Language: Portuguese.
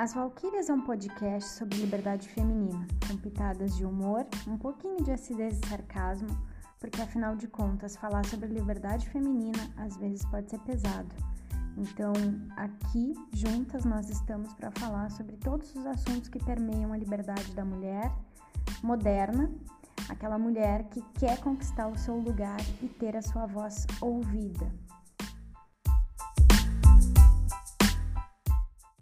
As Valquírias é um podcast sobre liberdade feminina, com pitadas de humor, um pouquinho de acidez e sarcasmo, porque afinal de contas, falar sobre liberdade feminina às vezes pode ser pesado. Então, aqui, juntas, nós estamos para falar sobre todos os assuntos que permeiam a liberdade da mulher moderna, aquela mulher que quer conquistar o seu lugar e ter a sua voz ouvida.